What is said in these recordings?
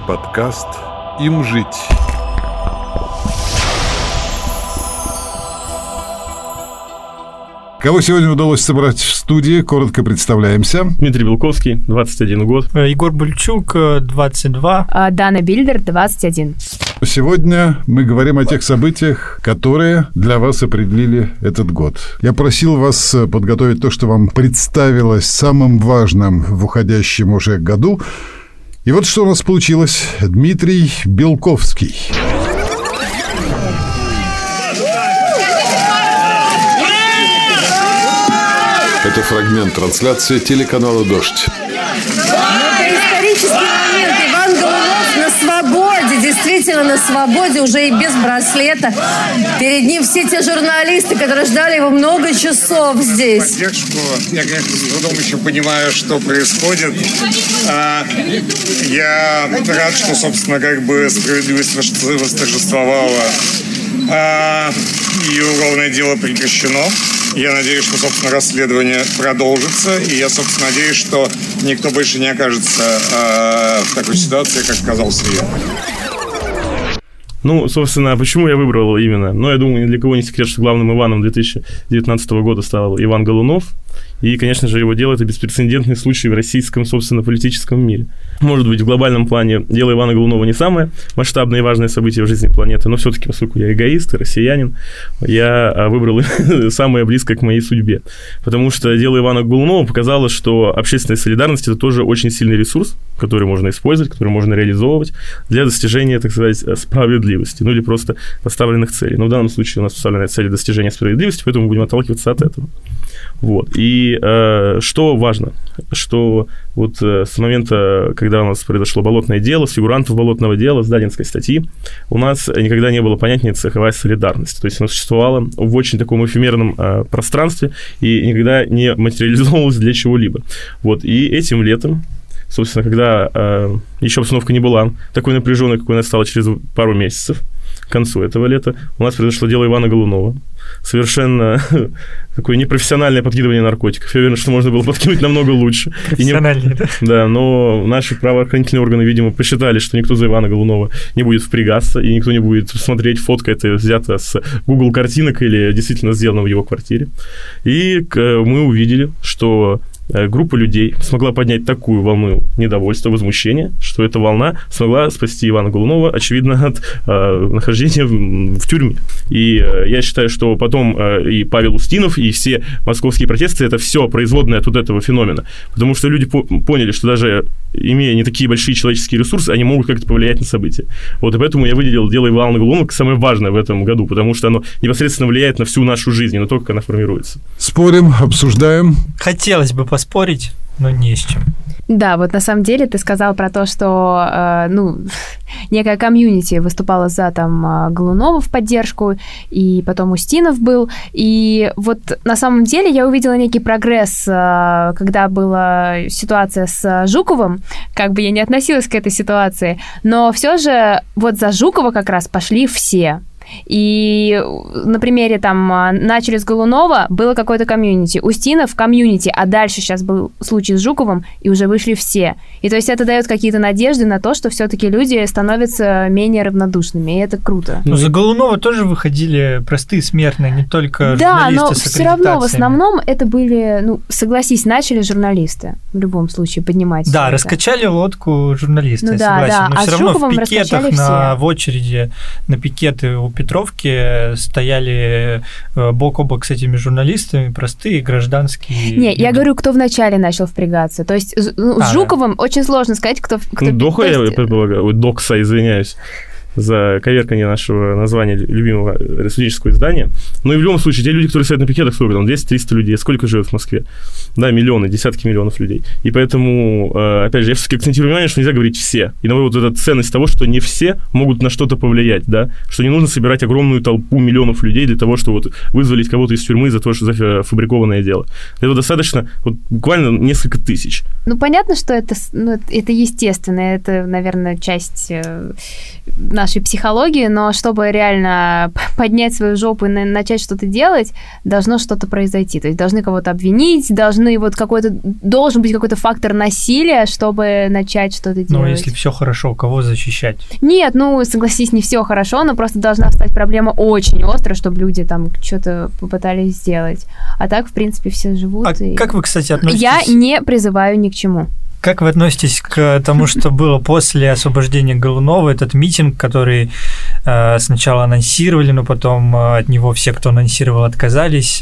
Подкаст «Им жить». Кого сегодня удалось собрать в студии, коротко представляемся. Дмитрий Белковский, 21 год. Егор Бульчук, 22. Дана Бильдер, 21. Сегодня мы говорим о тех событиях, которые для вас определили этот год. Я просил вас подготовить то, что вам представилось самым важным в уходящем уже году. И вот что у нас получилось. Дмитрий Белковский. Это фрагмент трансляции телеканала «Дождь». Это исторический момент. Иван Голунов на свободе, действительно на свободе, уже и без браслета. Перед ним все те журналисты, которые ждали его много часов здесь. Поддержку. Я, конечно, с трудом еще понимаю, что происходит. Я рад, что, собственно, справедливость восторжествовала. И уголовное дело прекращено. Я надеюсь, что, собственно, расследование продолжится. И я, собственно, надеюсь, что никто больше не окажется в такой ситуации, как оказался я. Ну, собственно, почему я выбрал именно? Ну, я думаю, ни для кого не секрет, что главным Иваном 2019 года стал Иван Голунов. И, конечно же, его дело – это беспрецедентный случай в российском, собственно, политическом мире. Может быть, в глобальном плане дело Ивана Голунова не самое масштабное и важное событие в жизни планеты, но все-таки, поскольку я эгоист и россиянин, я выбрал самое близкое к моей судьбе. Потому что дело Ивана Голунова показало, что общественная солидарность – это тоже очень сильный ресурс, который можно использовать, который можно реализовывать для достижения, так сказать, справедливости, ну или просто поставленных целей. Но в данном случае у нас поставленная цель достижения справедливости, поэтому мы будем отталкиваться от этого. Вот. И что важно, что вот с момента, когда у нас произошло болотное дело, с фигурантов болотного дела, с Дадинской статьи, у нас никогда не было понятия цеховая солидарность. То есть она существовала в очень таком эфемерном пространстве и никогда не материализовывалась для чего-либо. Вот. И этим летом, собственно, когда еще обстановка не была такой напряженной, какой она стала через пару месяцев, к концу этого лета, у нас произошло дело Ивана Голунова. Совершенно такое непрофессиональное подкидывание наркотиков. Я уверен, что можно было подкинуть намного лучше. Профессиональнее, да? Да, но наши правоохранительные органы, видимо, посчитали, что никто за Ивана Голунова не будет впрягаться, и никто не будет смотреть, фотка это взята с Google картинок или действительно сделана в его квартире. И мы увидели, что группа людей смогла поднять такую волну недовольства, возмущения, что эта волна смогла спасти Ивана Голунова, очевидно, от нахождения в тюрьме. И я считаю, что потом и Павел Устинов, и все московские протесты – это все производное от вот этого феномена. Потому что люди поняли, что даже имея не такие большие человеческие ресурсы, они могут как-то повлиять на события. Вот и поэтому я выделил дело Ивана Голунова как самое важное в этом году, потому что оно непосредственно влияет на всю нашу жизнь, и на то, как она формируется. Спорим, обсуждаем. Хотелось бы поспорить, но не с чем. Да, вот на самом деле ты сказал про то, что, некая комьюнити выступала за Голунова в поддержку, и потом Устинов был, и вот на самом деле я увидела некий прогресс, когда была ситуация с Жуковым, как бы я не относилась к этой ситуации, но все же вот за Жукова как раз пошли все. И на примере начали с Голунова, было какое-то комьюнити, Устинов комьюнити, а дальше сейчас был случай с Жуковым, и уже вышли все. И то есть это дает какие-то надежды на то, что все-таки люди становятся менее равнодушными, и это круто. Но за Голунова тоже выходили простые смертные, не только журналисты с аккредитациями. Да, но все равно в основном это были, согласись, начали журналисты в любом случае поднимать. Да, раскачали лодку журналисты, я согласен. Да, но а все равно в пикетах, в очереди на пикеты у Петровки стояли бок о бок с этими журналистами, простые гражданские. Не, я говорю, кто вначале начал впрягаться. То есть с Жуковым очень сложно сказать, кто... Доха, я предполагаю, Докса, извиняюсь за коверкание нашего названия любимого студенческого издания. Но и в любом случае, те люди, которые стоят на пикетах, сколько там, 200-300 людей, сколько живет в Москве? Да, миллионы, десятки миллионов людей. И поэтому, опять же, я все-таки акцентирую внимание, что нельзя говорить «все». И вот эта ценность того, что не все могут на что-то повлиять, да, что не нужно собирать огромную толпу миллионов людей для того, чтобы вызволить кого-то из тюрьмы за то, что за фабрикованное дело. Этого достаточно буквально несколько тысяч. Понятно, что это естественно, это, наверное, часть нашей психологии, но чтобы реально поднять свою жопу и начать что-то делать, должно что-то произойти. То есть должны кого-то обвинить, должен быть какой-то фактор насилия, чтобы начать что-то делать. Ну, если все хорошо, кого защищать? Нет, согласись, не все хорошо, но просто должна стать проблема очень острая, чтобы люди там что-то попытались сделать. А так, в принципе, все живут. Как вы, кстати, относитесь? Я не призываю ни к чему. Как вы относитесь к тому, что было после освобождения Голунова, этот митинг, который сначала анонсировали, но потом от него все, кто анонсировал, отказались?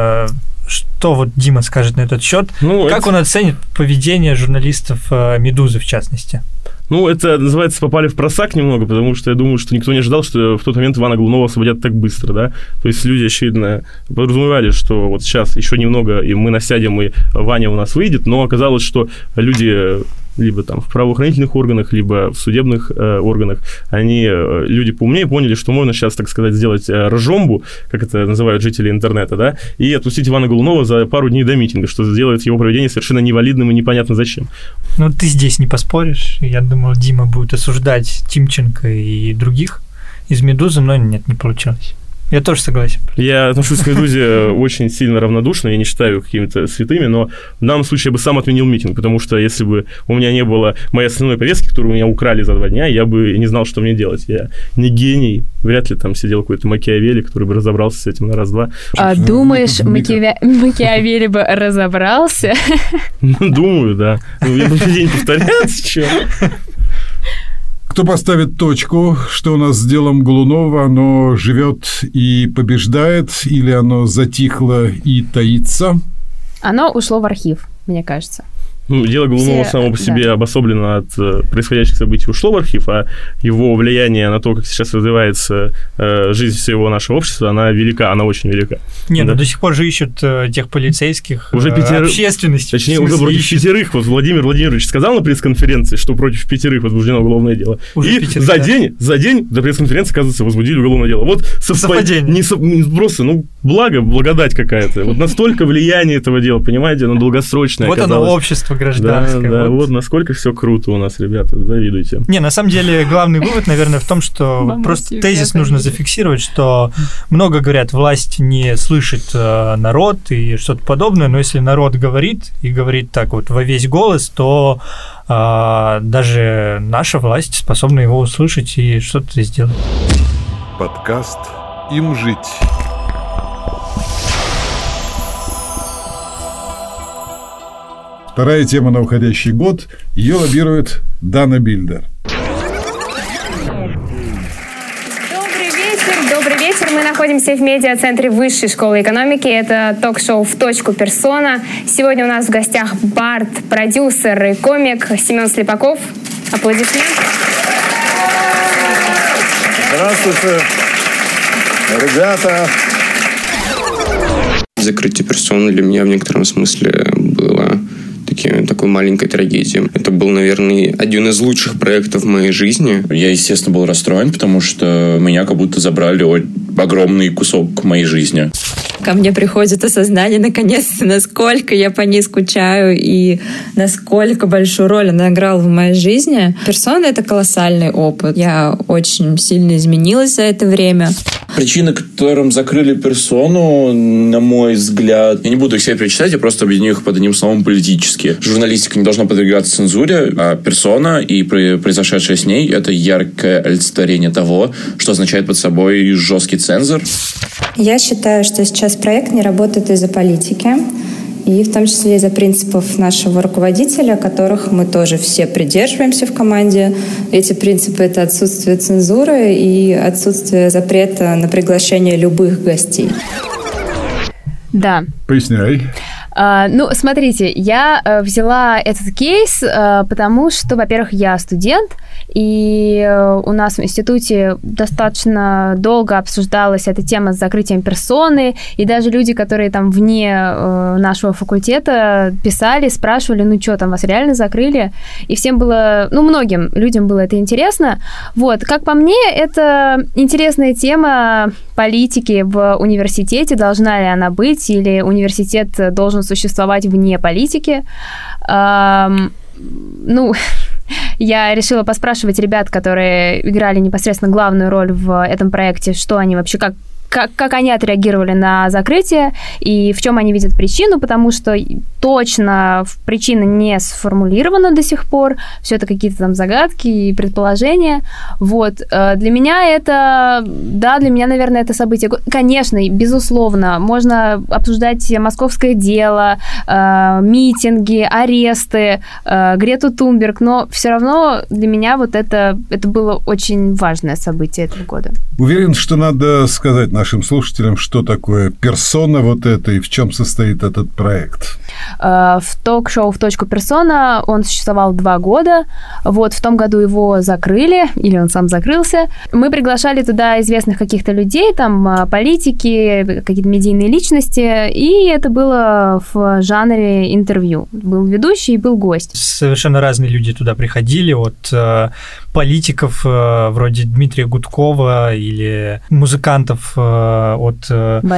Что вот Дима скажет на этот счет? Как он оценит поведение журналистов «Медузы», в частности? Это, называется, попали в просак немного, потому что я думаю, что никто не ожидал, что в тот момент Ивана Голунова освободят так быстро, да. То есть люди, очевидно, подразумевали, что вот сейчас еще немного, и мы насядем, и Ваня у нас выйдет, но оказалось, что люди либо там в правоохранительных органах, либо в судебных органах, люди поумнее поняли, что можно сейчас, так сказать, сделать разжомбу, как это называют жители интернета, да, и отпустить Ивана Голунова за пару дней до митинга, что сделает его проведение совершенно невалидным и непонятно зачем. Ты здесь не поспоришь. Я думал, Дима будет осуждать Тимченко и других из «Медузы», но нет, не получилось. Я тоже согласен. Я отношусь к «Медузе» очень сильно равнодушно, я не считаю какими-то святыми, но в данном случае я бы сам отменил митинг, потому что если бы у меня не было моей основной повестки, которую у меня украли за 2 дня, я бы не знал, что мне делать. Я не гений, вряд ли там сидел какой-то Макиавелли, который бы разобрался с этим на раз-два. Думаешь, Макиавелли бы разобрался? Думаю, да. Я буду день повторяться, чё? Кто поставит точку, что у нас с делом Голунова, оно живет и побеждает, или оно затихло и таится? Оно ушло в архив, мне кажется. Дело Голунова само по себе обособлено от происходящих событий, ушло в архив, а его влияние на то, как сейчас развивается жизнь всего нашего общества, она велика, она очень велика. Нет, до сих пор же ищут тех полицейских, уже общественность. Точнее, уже против 5. Вот Владимир Владимирович сказал на пресс-конференции, что против 5 возбуждено уголовное дело. Уже и 5, за день до пресс-конференции, оказывается, возбудили уголовное дело. Вот совпадение. Просто, благодать какая-то. Вот настолько влияние этого дела, понимаете, оно долгосрочное оказалось. Вот оно, общество гражданское. Да, вот насколько все круто у нас, ребята, завидуйте. Не, на самом деле, главный вывод, наверное, в том, что просто тезис нужно зафиксировать, что много говорят, власть не слышит народ и что-то подобное, но если народ говорит, и говорит так вот во весь голос, то даже наша власть способна его услышать и что-то сделать. Подкаст «Им жить». Вторая тема на уходящий год. Ее лоббирует Дана Бильдер. Добрый вечер. Мы находимся в медиа-центре Высшей школы экономики. Это ток-шоу «В точку. Персона». Сегодня у нас в гостях бард, продюсер и комик Семен Слепаков. Аплодисменты. Здравствуйте, ребята. Закрытие персоны для меня в некотором смысле было такой маленькой трагедией. Это был, наверное, один из лучших проектов в моей жизни. Я, естественно, был расстроен, потому что меня как будто забрали огромный кусок моей жизни. Ко мне приходит осознание, наконец-то, насколько я по ней скучаю и насколько большую роль она играла в моей жизни. «Персона» — это колоссальный опыт. Я очень сильно изменилась за это время. Причины, которым закрыли «Персону», на мой взгляд, я не буду их все перечислять, я просто объединю их под одним словом: политические. Журналистика не должна подвергаться цензуре, а «Персона» и произошедшее с ней — это яркое олицетворение того, что означает под собой жесткий цензор. Я считаю, что сейчас проект не работает из-за политики, и в том числе из-за принципов нашего руководителя, которых мы тоже все придерживаемся в команде. Эти принципы — это отсутствие цензуры и отсутствие запрета на приглашение любых гостей. Да. Поясняй. Смотрите, я взяла этот кейс, потому что, во-первых, я студент, и у нас в институте достаточно долго обсуждалась эта тема с закрытием персоны, и даже люди, которые там вне нашего факультета писали, спрашивали, что там, вас реально закрыли? И всем было, многим людям было это интересно. Вот, как по мне, это интересная тема политики в университете, должна ли она быть, или университет должен существовать вне политики. я решила поспрашивать ребят, которые играли непосредственно главную роль в этом проекте, что они вообще, как они отреагировали на закрытие и в чем они видят причину, потому что точно причина не сформулирована до сих пор, все это какие-то там загадки и предположения. Вот. Для меня, наверное, это событие. Конечно, безусловно, можно обсуждать московское дело, митинги, аресты, Грету Тунберг, но все равно для меня вот это было очень важное событие этого года. Уверен, что надо сказать нашим слушателям, что такое персона вот это и в чем состоит этот проект. В ток-шоу «В точку персона» он существовал 2 года. Вот в том году его закрыли, или он сам закрылся. Мы приглашали туда известных каких-то людей, там политики, какие-то медийные личности, и это было в жанре интервью. Был ведущий и был гость. Совершенно разные люди туда приходили, от политиков вроде Дмитрия Гудкова или музыкантов от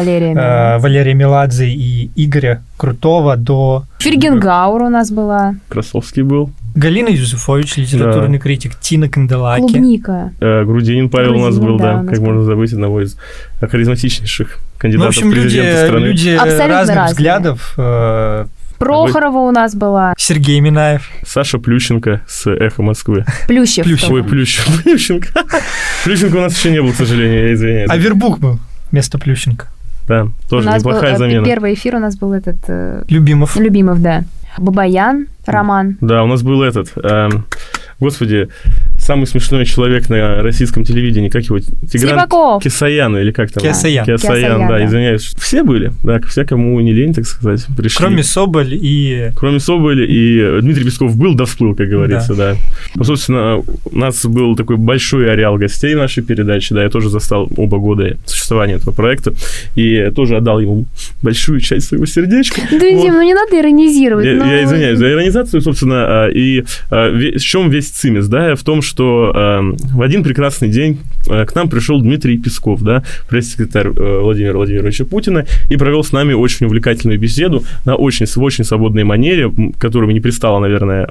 Валерия Меладзе и Игоря Крутого до... Фельгенгауэр у нас была. Красовский был. Галина Юзефович, литературный критик, Тина Канделаки. Клубника. Грудинин Павел у нас был, да. Как можно забыть одного из харизматичнейших кандидатов в президенты страны. Люди разных взглядов. Прохорова у нас была. Сергей Минаев. Саша Плющенко с «Эхо Москвы». Плющев. Ой, Плющенко. Плющенко у нас еще не был, к сожалению, я извиняюсь. А Вербух был вместо Плющенко. Да, тоже неплохая замена. Первый эфир у нас был этот... Любимов, да. Бабаян, Роман. Да, у нас был этот... Господи, самый смешной человек на российском телевидении, как его? Тигран Кесаян или как там? Кесаян, да, извиняюсь. Все были, да, все, кому не лень, так сказать, пришли. Кроме Соболь и Дмитрий Песков был, да всплыл, как говорится, да. Ну, собственно, у нас был такой большой ареал гостей в нашей передаче, да, я тоже застал оба года существования этого проекта, и тоже отдал ему большую часть своего сердечка. Да, Дим, ну не надо иронизировать. Я извиняюсь за иронизацию, собственно, и в чем весь цимис, да, в том, что в один прекрасный день к нам пришел Дмитрий Песков, да, пресс-секретарь Владимира Владимировича Путина, и провел с нами очень увлекательную беседу в очень свободной манере, которую не пристало, наверное,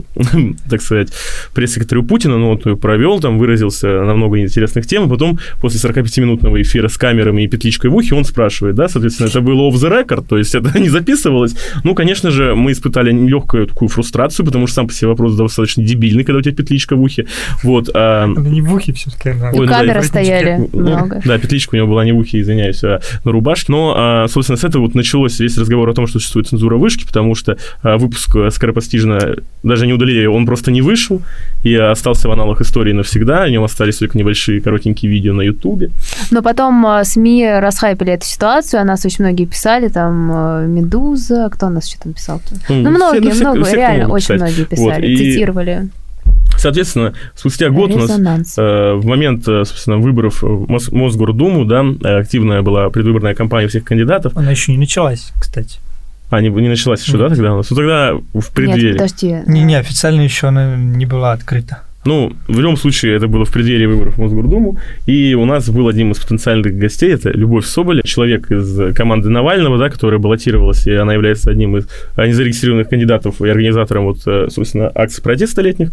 так сказать, пресс-секретарю Путина, но он ее провел, там выразился на много интересных тем, и потом после 45-минутного эфира с камерами и петличкой в ухе он спрашивает, да, соответственно, это было off the record, то есть это не записывалось. Ну, конечно же, мы испытали легкую такую фрустрацию, потому что сам по себе вопрос достаточно дебильный, когда у тебя петличка в ухе. Вот, не в ухе все-таки. И камеры стояли много. Да, петличка у него была не в ухе, извиняюсь, а на рубашке. Но, собственно, с этого вот началось весь разговор о том, что существует цензура вышки, потому что выпуск скоропостижно даже не удалили, он просто не вышел и остался в аналах истории навсегда. О нем остались только небольшие коротенькие видео на Ютубе. Но потом СМИ расхайпили эту ситуацию, о нас очень многие писали, там «Медуза», кто у нас еще там писал-то? Многие, реально очень многие писали, цитировали. Соответственно, спустя год у нас в момент, собственно, выборов в Мосгордуму, да, активная была предвыборная кампания всех кандидатов. Она еще не началась, кстати. Не началась еще, да, тогда у нас? Ну, тогда в преддверии. Нет, подожди. Не, официально еще она не была открыта. Ну, в любом случае, это было в преддверии выборов в Мосгордуму, и у нас был одним из потенциальных гостей, это Любовь Соболь, человек из команды Навального, да, которая баллотировалась, и она является одним из незарегистрированных кандидатов и организатором, вот, собственно, акций протеста летних,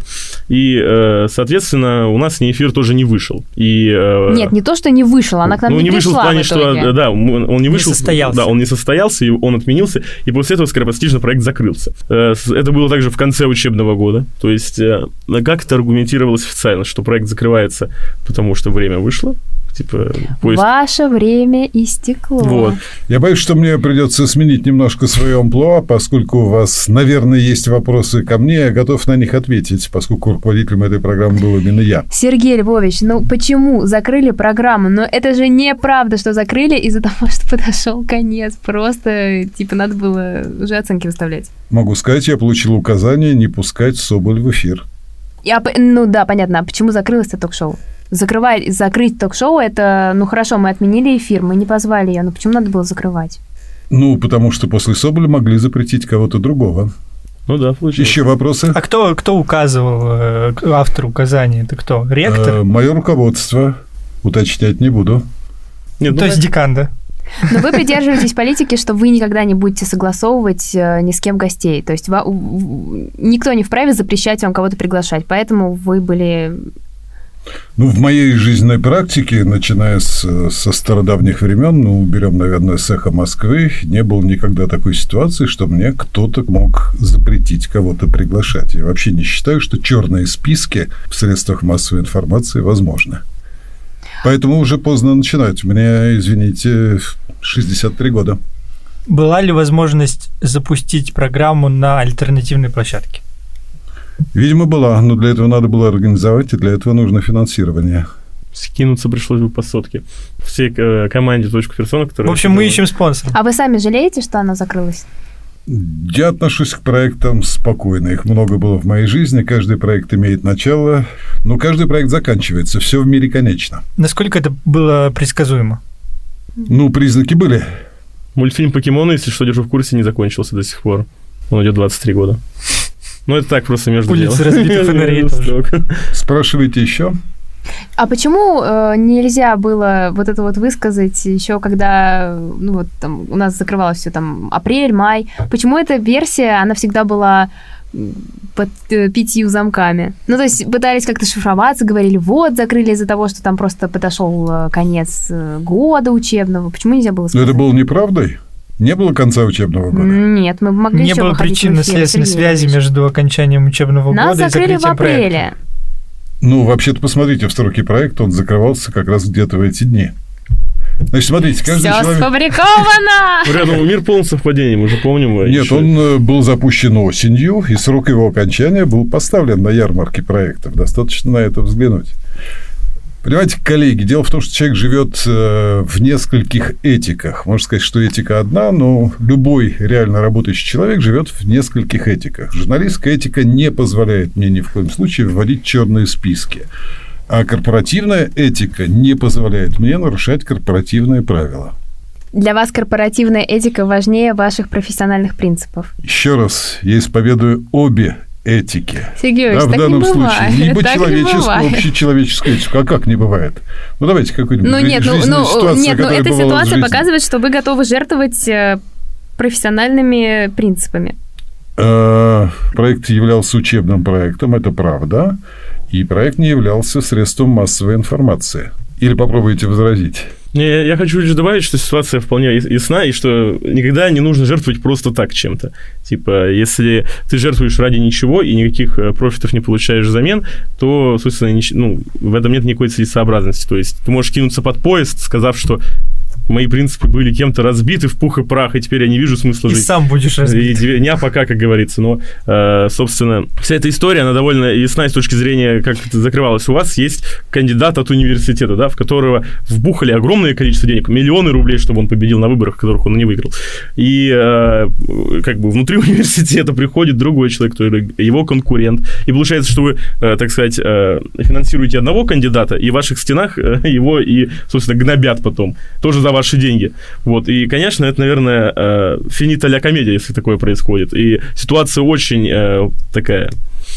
и, соответственно, у нас эфир тоже не вышел. И, нет, не то, что не вышел, она к нам не пришла в плане, что, да, он не вышел, да, он не состоялся, и он отменился, и после этого скоропостижно проект закрылся. Это было также в конце учебного года, то есть, как это аргументировалось официально, что проект закрывается, потому что время вышло. Типа, ваше время истекло. Вот. Я боюсь, что мне придется сменить немножко свое амплуа, поскольку у вас, наверное, есть вопросы ко мне, я готов на них ответить, поскольку руководителем этой программы был именно я. Сергей Львович, почему закрыли программу? Но это же неправда, что закрыли из-за того, что подошел конец. Просто, надо было уже оценки выставлять. Могу сказать, я получил указание не пускать Соболь в эфир. Да, понятно. А почему закрылось это ток-шоу? Закрыть ток-шоу, это, хорошо, мы отменили эфир, мы не позвали ее, но почему надо было закрывать? Потому что после Соболя могли запретить кого-то другого. Ну да, получилось. Еще вопросы? А кто указывал, автор указания? Это кто? Ректор? Мое руководство. Уточнять не буду. Нет, то есть декан, да? Но вы придерживаетесь политики, что вы никогда не будете согласовывать ни с кем гостей. То есть никто не вправе запрещать вам кого-то приглашать. Поэтому вы были... Ну, в моей жизненной практике, начиная со стародавних времен, берем, наверное, с «Эхо Москвы», не было никогда такой ситуации, что мне кто-то мог запретить кого-то приглашать. Я вообще не считаю, что черные списки в средствах массовой информации возможны. Поэтому уже поздно начинать. У меня, извините, 63 года. Была ли возможность запустить программу на альтернативной площадке? Видимо, была, но для этого надо было организовать, и для этого нужно финансирование. Скинуться пришлось бы по сотке. Всей команде «Точку Персона», которая... В общем, мы ищем спонсора. А вы сами жалеете, что она закрылась? Я отношусь к проектам спокойно. Их много было в моей жизни. Каждый проект имеет начало, но каждый проект заканчивается. Все в мире конечно. Насколько это было предсказуемо? Признаки были. Мультфильм «Покемоны», если что, держу в курсе, не закончился до сих пор. Он идет 23 года. Это так, просто между делом. Улицы разбитых фонарей тоже. Спрашивайте еще. А почему нельзя было вот это вот высказать еще, когда у нас закрывалось все апрель, май? Почему эта версия, она всегда была под 5 замками? То есть пытались как-то шифроваться, говорили, закрыли из-за того, что там просто подошел конец года учебного. Почему нельзя было сказать? Это было неправдой? Не было конца учебного года? Нет, мы могли еще выходить в эфир. Не было причинно-следственной связи между окончанием учебного года и закрытием проекта. Нас закрыли в апреле. Вообще-то, посмотрите в строки проекта, он закрывался как раз где-то в эти дни. Значит, смотрите, каждый человек... Всё сфабриковано! Я думаю, мир полон совпадений, мы же помним. Нет, он был запущен осенью, и срок его окончания был поставлен на ярмарке проектов. Достаточно на это взглянуть. Понимаете, коллеги, дело в том, что человек живет в нескольких этиках. Можно сказать, что этика одна, но любой реально работающий человек живет в нескольких этиках. Журналистская этика не позволяет мне ни в коем случае вводить черные списки. А корпоративная этика не позволяет мне нарушать корпоративные правила. Для вас корпоративная этика важнее ваших профессиональных принципов? Еще раз, я исповедую обе этики. Сергей, в данном случае либо так человеческую, общечеловеческую этику. А как не бывает? Давайте какую-нибудь жизненную ситуацию, эта ситуация показывает, что вы готовы жертвовать профессиональными принципами. Проект являлся учебным проектом, это правда, и проект не являлся средством массовой информации. Или попробуйте возразить. Я хочу лишь добавить, что ситуация вполне ясна, и что никогда не нужно жертвовать просто так чем-то. Если ты жертвуешь ради ничего и никаких профитов не получаешь взамен, то, собственно, в этом нет никакой целесообразности. То есть ты можешь кинуться под поезд, сказав, что мои принципы были кем-то разбиты в пух и прах, и теперь я не вижу смысла жить. И сам будешь разбит. Не пока, как говорится. Но, собственно, вся эта история, она довольно ясна с точки зрения, как это закрывалось. У вас есть кандидат от университета, в которого вбухали огромное количество денег, миллионы рублей, чтобы он победил на выборах, которых он не выиграл. И внутри университета приходит другой человек, который его конкурент. И получается, что вы, так сказать, финансируете одного кандидата, и в ваших стенах его и, собственно, гнобят потом. Тоже за ваши деньги. И, конечно, это, наверное, финита ля комедия, если такое происходит. И ситуация очень такая...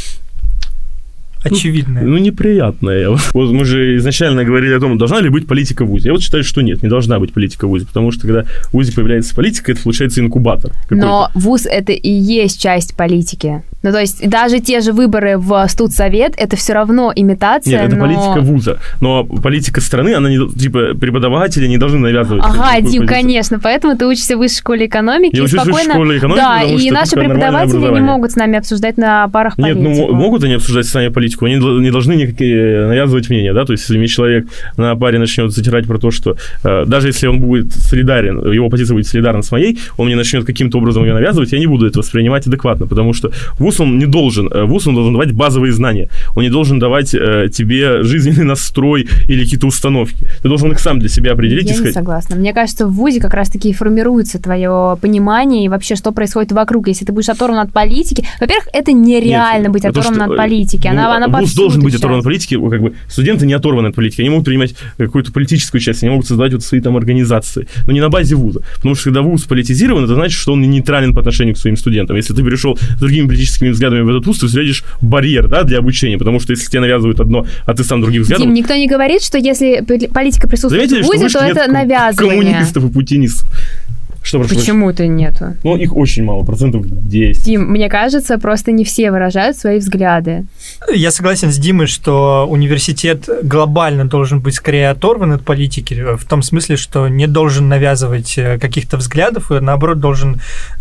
Очевидная. Неприятная. Мы же изначально говорили о том, должна ли быть политика в ВУЗе. Я считаю, что нет, не должна быть политика в ВУЗе, потому что, когда в ВУЗе появляется политика, это получается инкубатор. Но ВУЗ – это и есть часть политики. То есть даже те же выборы в студсовет – это все равно имитация, Нет, это политика ВУЗа. Но политика страны, она преподаватели не должны навязывать. Ага, Дим, конечно. Поэтому ты учишься в высшей школе экономики. Я учусь в высшей школе экономики, да, и наши преподаватели не могут с нами обсуждать на парах политику. Нет, могут они обсуждать с нами политику, они не должны навязывать мнение, да, то есть если мне человек на паре начнет затирать про то, что даже если он будет солидарен, его позиция будет солидарна с моей, он мне начнет каким-то образом ее навязывать, я не буду это воспринимать адекватно, потому что ВУЗ он должен давать базовые знания, он не должен давать тебе жизненный настрой или какие-то установки, ты должен их сам для себя определить. Я не согласна, мне кажется, в ВУЗе как раз-таки и формируется твое понимание и вообще, что происходит вокруг, если ты будешь оторван от политики, во-первых, это нереально быть оторван от политики, она вуз должен быть оторван от политики, как бы студенты не оторваны от политики, они могут принимать какую-то политическую часть, они могут создавать вот свои там организации, но не на базе вуза. Потому что когда вуз политизирован, это значит, что он не нейтрален по отношению к своим студентам. Если ты перешел с другими политическими взглядами в этот вуз, ты встретишь барьер, да, для обучения, потому что если тебе навязывают одно, а ты сам других взглядов... Дим, никто не говорит, что если политика присутствует в вузе, то это навязывание. Коммунистов и путинистов. Что, почему-то нету. Ну, их очень мало, 10%. Дим, мне кажется, просто не все выражают свои взгляды. Я согласен с Димой, что университет глобально должен быть скорее оторван от политики, в том смысле, что не должен навязывать каких-то взглядов, и наоборот должен,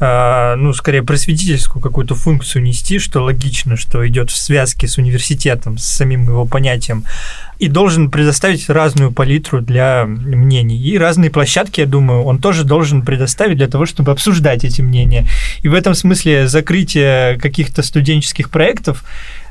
скорее просветительскую какую-то функцию нести, что логично, что идет в связке с университетом, с самим его понятием. И должен предоставить разную палитру для мнений. И разные площадки, я думаю, он тоже должен предоставить для того, чтобы обсуждать эти мнения. И в этом смысле закрытие каких-то студенческих проектов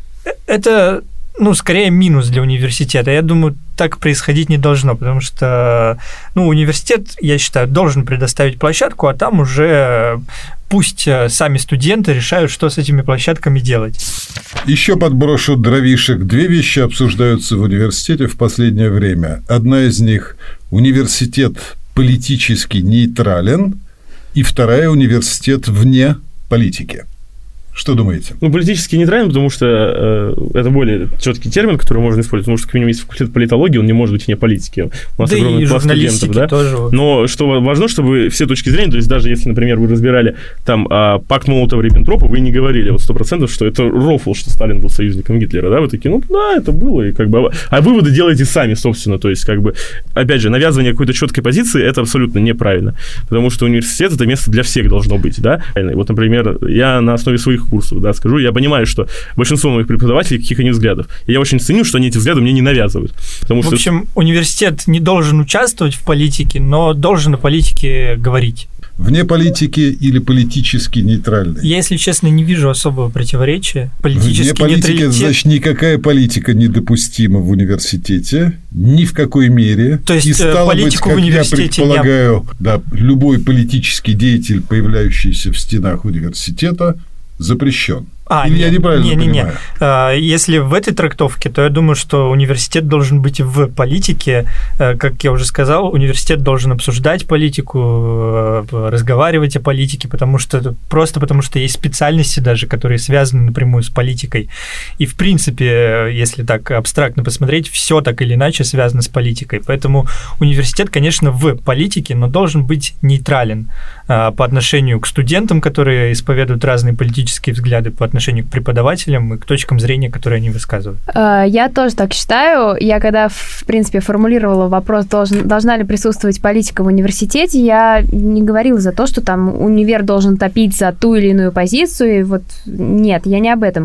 – это, скорее минус для университета. Я думаю, так происходить не должно, потому что, университет, я считаю, должен предоставить площадку, а там уже пусть сами студенты решают, что с этими площадками делать. Еще подброшу дровишек. 2 вещи обсуждаются в университете в последнее время. Одна из них – университет политически нейтрален, и вторая – университет вне политики. Что думаете? Политически нейтрален, потому что это более четкий термин, который можно использовать, потому что, как минимум, есть факультет политологии, он не может быть вне политики. У нас огромный класс студентов, да? Тоже. Но что важно, чтобы все точки зрения, то есть даже если, например, вы разбирали там пакт Молотова-Риббентропа, вы не говорили 100%, что это рофл, что Сталин был союзником Гитлера, да? Вы такие, да, это было, и как бы... А выводы делаете сами, собственно, то есть, как бы, опять же, навязывание какой-то четкой позиции, это абсолютно неправильно, потому что университет – это место для всех должно быть, да? Вот, например, я на основе своих курсов, да, скажу, я понимаю, что большинство моих преподавателей, каких они взглядов. И я очень ценю, что они эти взгляды мне не навязывают. В общем, университет не должен участвовать в политике, но должен о политике говорить. Вне политики или политически нейтральный? Я, если честно, не вижу особого противоречия. Вне политики, значит, никакая политика недопустима в университете, ни в какой мере. То есть, и стало политику быть, как в университете я предполагаю, любой политический деятель, появляющийся в стенах университета, запрещен. Или я неправильно понимаю? Если в этой трактовке, то я думаю, что университет должен быть в политике. Как я уже сказал, университет должен обсуждать политику, разговаривать о политике, потому что есть специальности даже, которые связаны напрямую с политикой. И, в принципе, если так абстрактно посмотреть, все так или иначе связано с политикой. Поэтому университет, конечно, в политике, но должен быть нейтрален по отношению к студентам, которые исповедуют разные политические взгляды, по отношению к преподавателям и к точкам зрения, которые они высказывают. Я тоже так считаю. Я когда, в принципе, формулировала вопрос, должна ли присутствовать политика в университете, я не говорила за то, что там универ должен топить за ту или иную позицию. Вот нет, я не об этом.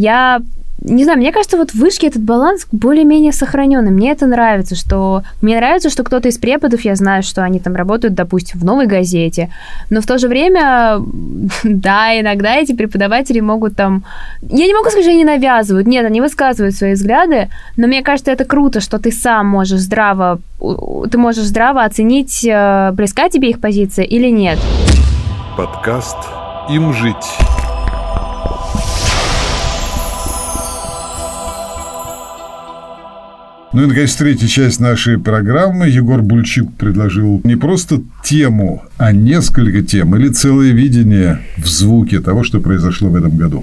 Я не знаю, мне кажется, вот в вышке этот баланс более-менее сохраненный. Мне это нравится, мне нравится, что кто-то из преподов, я знаю, что они там работают, допустим, в «Новой газете», но в то же время, да, иногда эти преподаватели могут там... Я не могу сказать, что они навязывают, нет, они высказывают свои взгляды, но мне кажется, это круто, что ты сам можешь здраво оценить, близка тебе их позиция или нет. Подкаст «Им жить». Ну и, наконец, третья часть нашей программы. Егор Бульчук предложил не просто тему, а несколько тем или целое видение в звуке того, что произошло в этом году.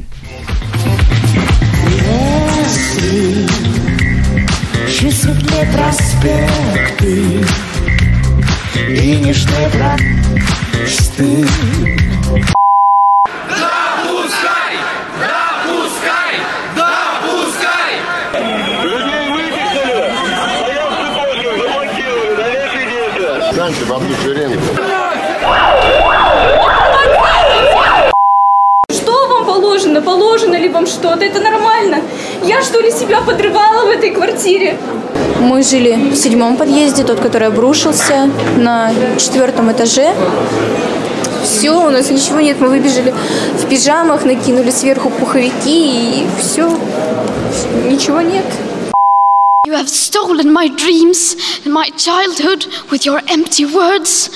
Если проспекты и ничто просты. Станьте в одну шеренгу. Что вам положено? Положено ли вам что-то? Это нормально. Я, что ли, себя подрывала в этой квартире? Мы жили в 7-м подъезде, тот, который обрушился, на 4-м этаже. Все, у нас ничего нет. Мы выбежали в пижамах, накинули сверху пуховики, и все. Ничего нет. You have stolen my dreams and my childhood with your empty words.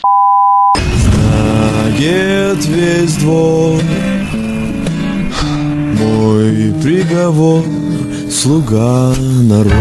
Знает весь двор мой приговор. слуга народа.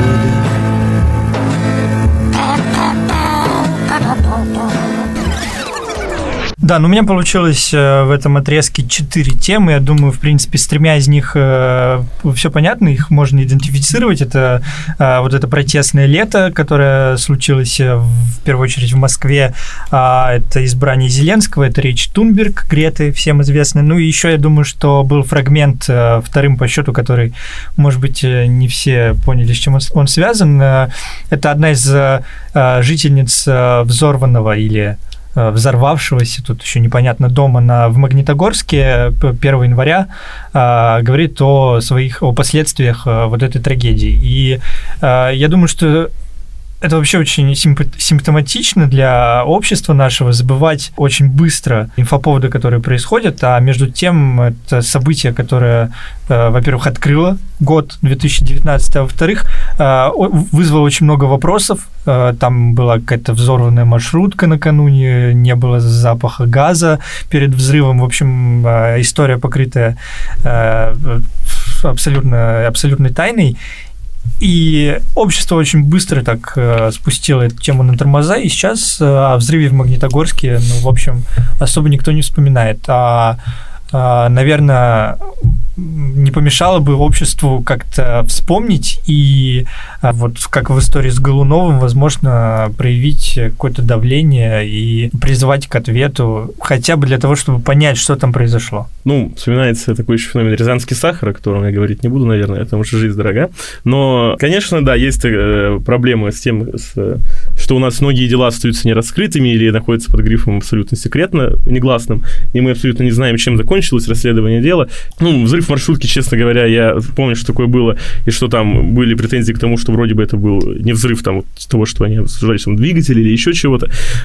Да, у меня получилось в этом отрезке 4 темы. Я думаю, в принципе, с 3 из них все понятно, их можно идентифицировать. Это вот это протестное лето, которое случилось в первую очередь в Москве. Это избрание Зеленского, это речь Тунберг, Греты, всем известная. И еще я думаю, что был фрагмент вторым по счету, который, может быть, не все поняли, с чем он связан. Это одна из жительниц взорванного или взорвавшегося, тут еще непонятно, дома в Магнитогорске 1 января говорит о последствиях вот этой трагедии. И я думаю, что это вообще очень симптоматично для общества нашего забывать очень быстро инфоповоды, которые происходят, а между тем это событие, которое, во-первых, открыло год 2019, а во-вторых, вызвало очень много вопросов. Там была какая-то взорванная маршрутка накануне, не было запаха газа перед взрывом. В общем, история, покрытая абсолютной тайной. И общество очень быстро так спустило эту тему на тормоза, и сейчас о взрыве в Магнитогорске, в общем, особо никто не вспоминает. Наверное, не помешало бы обществу как-то вспомнить и вот как в истории с Голуновым, возможно, проявить какое-то давление и призывать к ответу, хотя бы для того, чтобы понять, что там произошло. Вспоминается такой еще феномен рязанский сахар, о котором я говорить не буду, наверное, потому что жизнь дорога. Но, конечно, да, есть проблемы с тем, что у нас многие дела остаются нераскрытыми или находятся под грифом абсолютно секретно, негласным, и мы абсолютно не знаем, чем закончилось расследование дела. Взрыв маршрутки, честно говоря, я помню, что такое было, и что там были претензии к тому, что вроде бы это был не взрыв там, того, что они обсуждали, что двигатель или еще чего-то.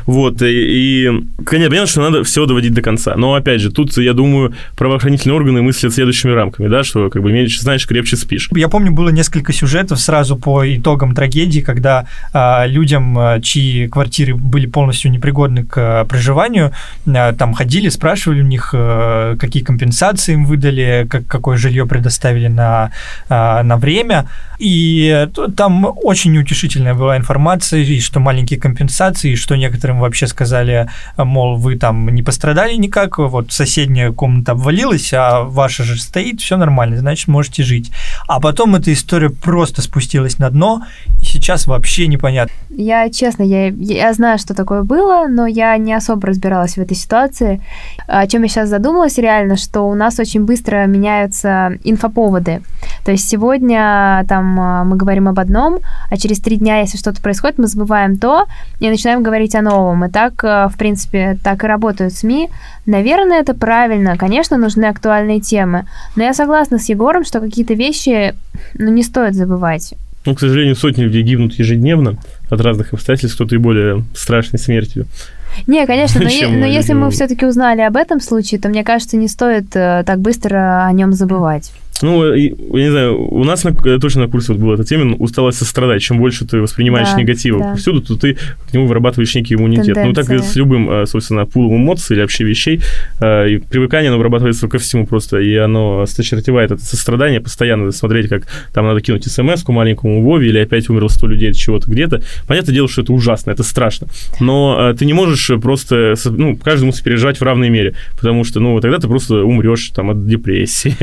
И, конечно, понятно, что надо все доводить до конца. Но, опять же, тут, я думаю, правоохранительные органы мыслят следующими рамками, да, что, меньше знаешь, крепче спишь. Я помню, было несколько сюжетов сразу по итогам трагедии, когда людям, чьи квартиры были полностью непригодны к проживанию, там ходили, спрашивали у них, какие компенсации им выдали, какое жилье предоставили на время. И там очень неутешительная была информация, и что маленькие компенсации, и что некоторым вообще сказали, мол, вы там не пострадали никак, вот соседняя комната обвалилась, а ваша же стоит, все нормально, значит, можете жить. А потом эта история просто спустилась на дно, и сейчас вообще непонятно. Я, честно, я знаю, что такое было, но я не особо разбиралась в этой ситуации. О чем я сейчас задумалась реально, что у нас очень быстро меняются инфоповоды. То есть сегодня там мы говорим об одном, а через 3 дня, если что-то происходит, мы забываем то и начинаем говорить о новом. И так, в принципе, так и работают СМИ. Наверное, это правильно. Конечно, нужны актуальные темы. Но я согласна с Егором, что какие-то вещи, не стоит забывать. К сожалению, сотни людей гибнут ежедневно от разных обстоятельств, кто-то и более страшной смертью. Не, конечно, но если мы все-таки узнали об этом случае, то, мне кажется, не стоит так быстро о нем забывать. Я не знаю, у нас точно на курсе была эта тема, усталость сострадать. Чем больше ты воспринимаешь негатива повсюду, то ты к нему вырабатываешь некий иммунитет. Тенденция. Так и с любым, собственно, пулом эмоций или вообще вещей. И привыкание, оно вырабатывается ко всему просто, и оно осточертевает это сострадание. Постоянно смотреть, как там надо кинуть смс-ку маленькому Вове, или опять умерло 100 людей от чего-то где-то. Понятное дело, что это ужасно, это страшно. Но ты не можешь просто, каждому сопереживать в равной мере, потому что, тогда ты просто умрешь там от депрессии.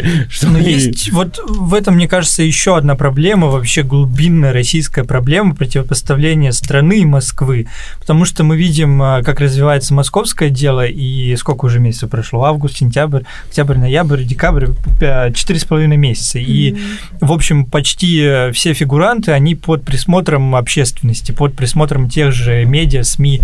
Вот в этом, мне кажется, еще одна проблема, вообще глубинная российская проблема противопоставления страны и Москвы. Потому что мы видим, как развивается московское дело, и сколько уже месяцев прошло? Август, сентябрь, октябрь, ноябрь, декабрь, 4,5 месяца. И, в общем, почти все фигуранты, они под присмотром общественности, под присмотром тех же медиа, СМИ,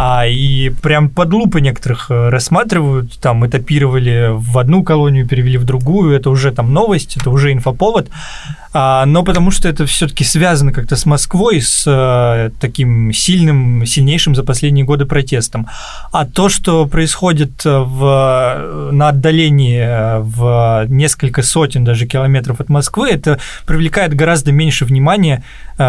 и прям под лупой некоторых рассматривают, там, этапировали в одну колонию, перевели в другую, это уже там новость, это уже инфоповод, но потому что это все-таки связано как-то с Москвой, с таким сильнейшим за последние годы протестом. А то, что происходит на отдалении в несколько сотен даже километров от Москвы, это привлекает гораздо меньше внимания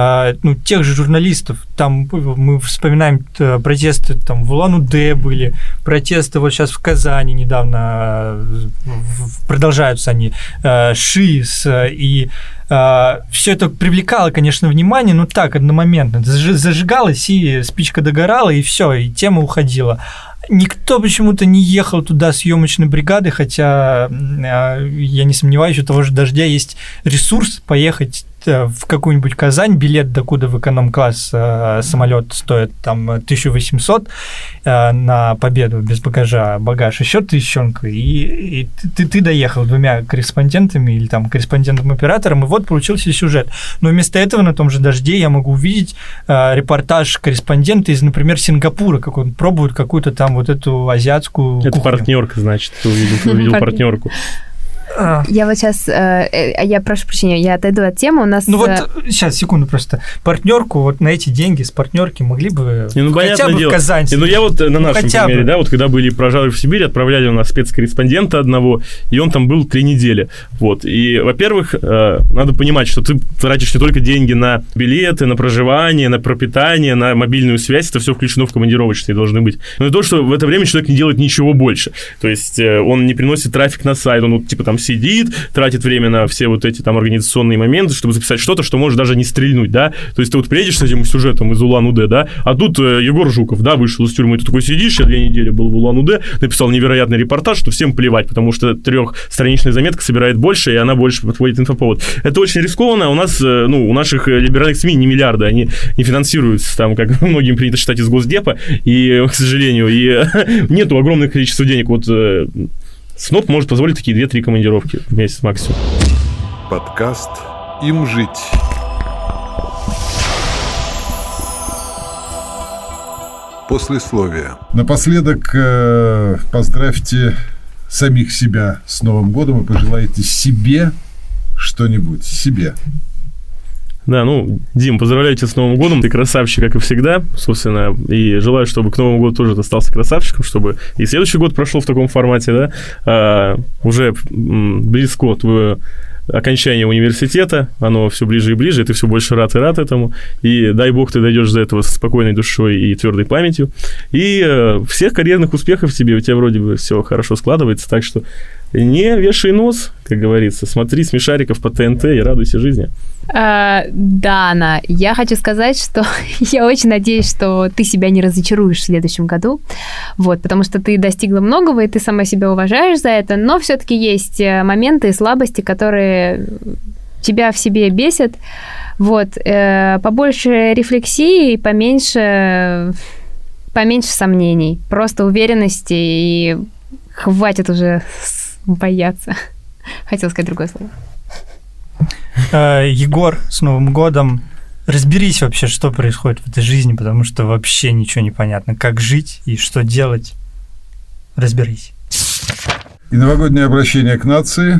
тех же журналистов. Там мы вспоминаем протесты там, в Улан-Удэ были, протесты вот сейчас в Казани недавно продолжаются они, ШИС, и все это привлекало, конечно, внимание, но так, одномоментно. Зажигалась, и спичка догорала, и все, и тема уходила. Никто почему-то не ехал туда съемочной бригады, хотя я не сомневаюсь, у того же «Дождя» есть ресурс поехать в какую-нибудь Казань, билет докуда в эконом-класс самолет стоит там 1800 на победу без багажа, багаж еще 1000, и ты доехал 2 корреспондентами или там корреспондентом-оператором, и вот получился сюжет. Но вместо этого на том же «Дожде» я могу увидеть репортаж корреспондента из, например, Сингапура, как он пробует какую-то там вот эту азиатскую кухню. Это партнерка, значит, ты увидел партнерку. Я вот сейчас, я прошу прощения, я отойду от темы. У нас... Ну вот, сейчас, секунду просто. Партнерку вот на эти деньги с партнерки могли бы хотя бы в Казань. Ну я вот на нашем примере, да, вот когда были «Прожары в Сибирь», отправляли у нас спецкорреспондента одного, и он там был 3 недели. Вот. И, во-первых, надо понимать, что ты тратишь не только деньги на билеты, на проживание, на пропитание, на мобильную связь, это все включено в командировочные должны быть. Но и то, что в это время человек не делает ничего больше. То есть он не приносит трафик на сайт, он вот, типа там сидит, тратит время на все вот эти там организационные моменты, чтобы записать что-то, что может даже не стрельнуть, да, то есть ты вот приедешь с этим сюжетом из Улан-Удэ, да, а тут Егор Жуков, да, вышел из тюрьмы, ты такой сидишь, я 2 недели был в Улан-Удэ, написал невероятный репортаж, что всем плевать, потому что 3-страничная заметка собирает больше, и она больше подводит инфоповод. Это очень рискованно, у нас, ну, у наших либеральных СМИ не миллиарды, они не финансируются там, как многим принято считать, из Госдепа, и, к сожалению, и нету огромного количества денег, вот СНОП может позволить такие 2-3 командировки в месяц максимум. Подкаст «Им жить». Послесловие. Напоследок поздравьте самих себя с Новым годом и пожелайте себе что-нибудь. Себе. Да, ну, Дим, поздравляю тебя с Новым годом. Ты красавчик, как и всегда, собственно, и желаю, чтобы к Новому году тоже ты остался красавчиком, чтобы и следующий год прошел в таком формате, да, уже близко твое окончание университета, оно все ближе и ближе, и ты все больше рад и рад этому, и дай бог ты дойдешь до этого с спокойной душой и твердой памятью, и всех карьерных успехов тебе, у тебя вроде бы все хорошо складывается, так что не вешай нос, как говорится, смотри смешариков по ТНТ и радуйся жизни. Дана, я хочу сказать, что я очень надеюсь, что ты себя не разочаруешь в следующем году, вот, потому что ты достигла многого, и ты сама себя уважаешь за это, но все-таки есть моменты и слабости, которые тебя в себе бесят, вот, побольше рефлексии и поменьше сомнений, просто уверенности, и хватит уже бояться. Хотела сказать другое слово. Егор, с Новым годом. Разберись вообще, что происходит в этой жизни, потому что вообще ничего не понятно. Как жить и что делать. Разберись. И новогоднее обращение к нации.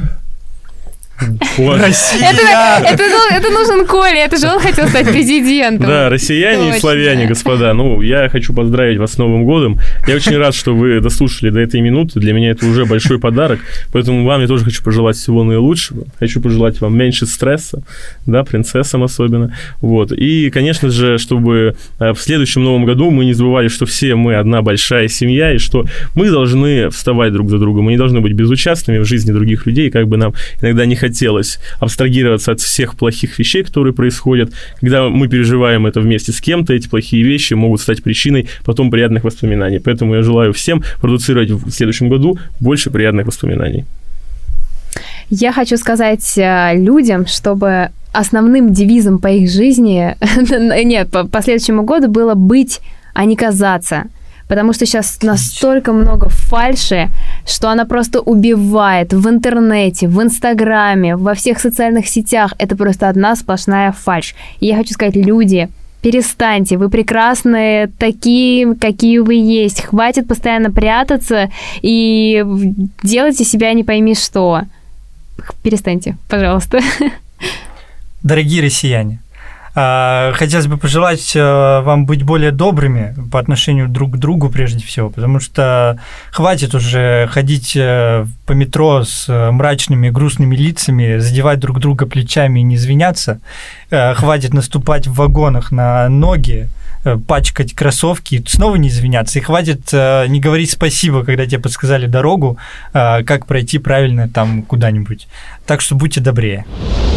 Россия! Это нужен Коля, это же он хотел стать президентом. Да, россияне и славяне, господа. Ну, я хочу поздравить вас с Новым годом. Я очень рад, что вы дослушали до этой минуты. Для меня это уже большой подарок. Поэтому вам я тоже хочу пожелать всего наилучшего. Хочу пожелать вам меньше стресса, да, принцессам особенно. Вот. И, конечно же, чтобы в следующем Новом году мы не забывали, что все мы одна большая семья, и что мы должны вставать друг за другом. Мы не должны быть безучастными в жизни других людей, как бы нам иногда не хотелось абстрагироваться от всех плохих вещей, которые происходят. Когда мы переживаем это вместе с кем-то, эти плохие вещи могут стать причиной потом приятных воспоминаний. Поэтому я желаю всем продуцировать в следующем году больше приятных воспоминаний. Я хочу сказать людям, чтобы основным девизом по их жизни, нет, по следующему году было быть, а не казаться. Потому что сейчас настолько много фальши, что она просто убивает в интернете, в Инстаграме, во всех социальных сетях. Это просто одна сплошная фальшь. И я хочу сказать, люди, перестаньте, вы прекрасные такие, какие вы есть. Хватит постоянно прятаться и делайте себя не пойми что. Перестаньте, пожалуйста. Дорогие россияне, хотелось бы пожелать вам быть более добрыми по отношению друг к другу прежде всего, потому что хватит уже ходить по метро с мрачными, грустными лицами, задевать друг друга плечами и не извиняться, хватит наступать в вагонах на ноги, пачкать кроссовки и снова не извиняться, и хватит не говорить спасибо, когда тебе подсказали дорогу, как пройти правильно там куда-нибудь. Так что будьте добрее.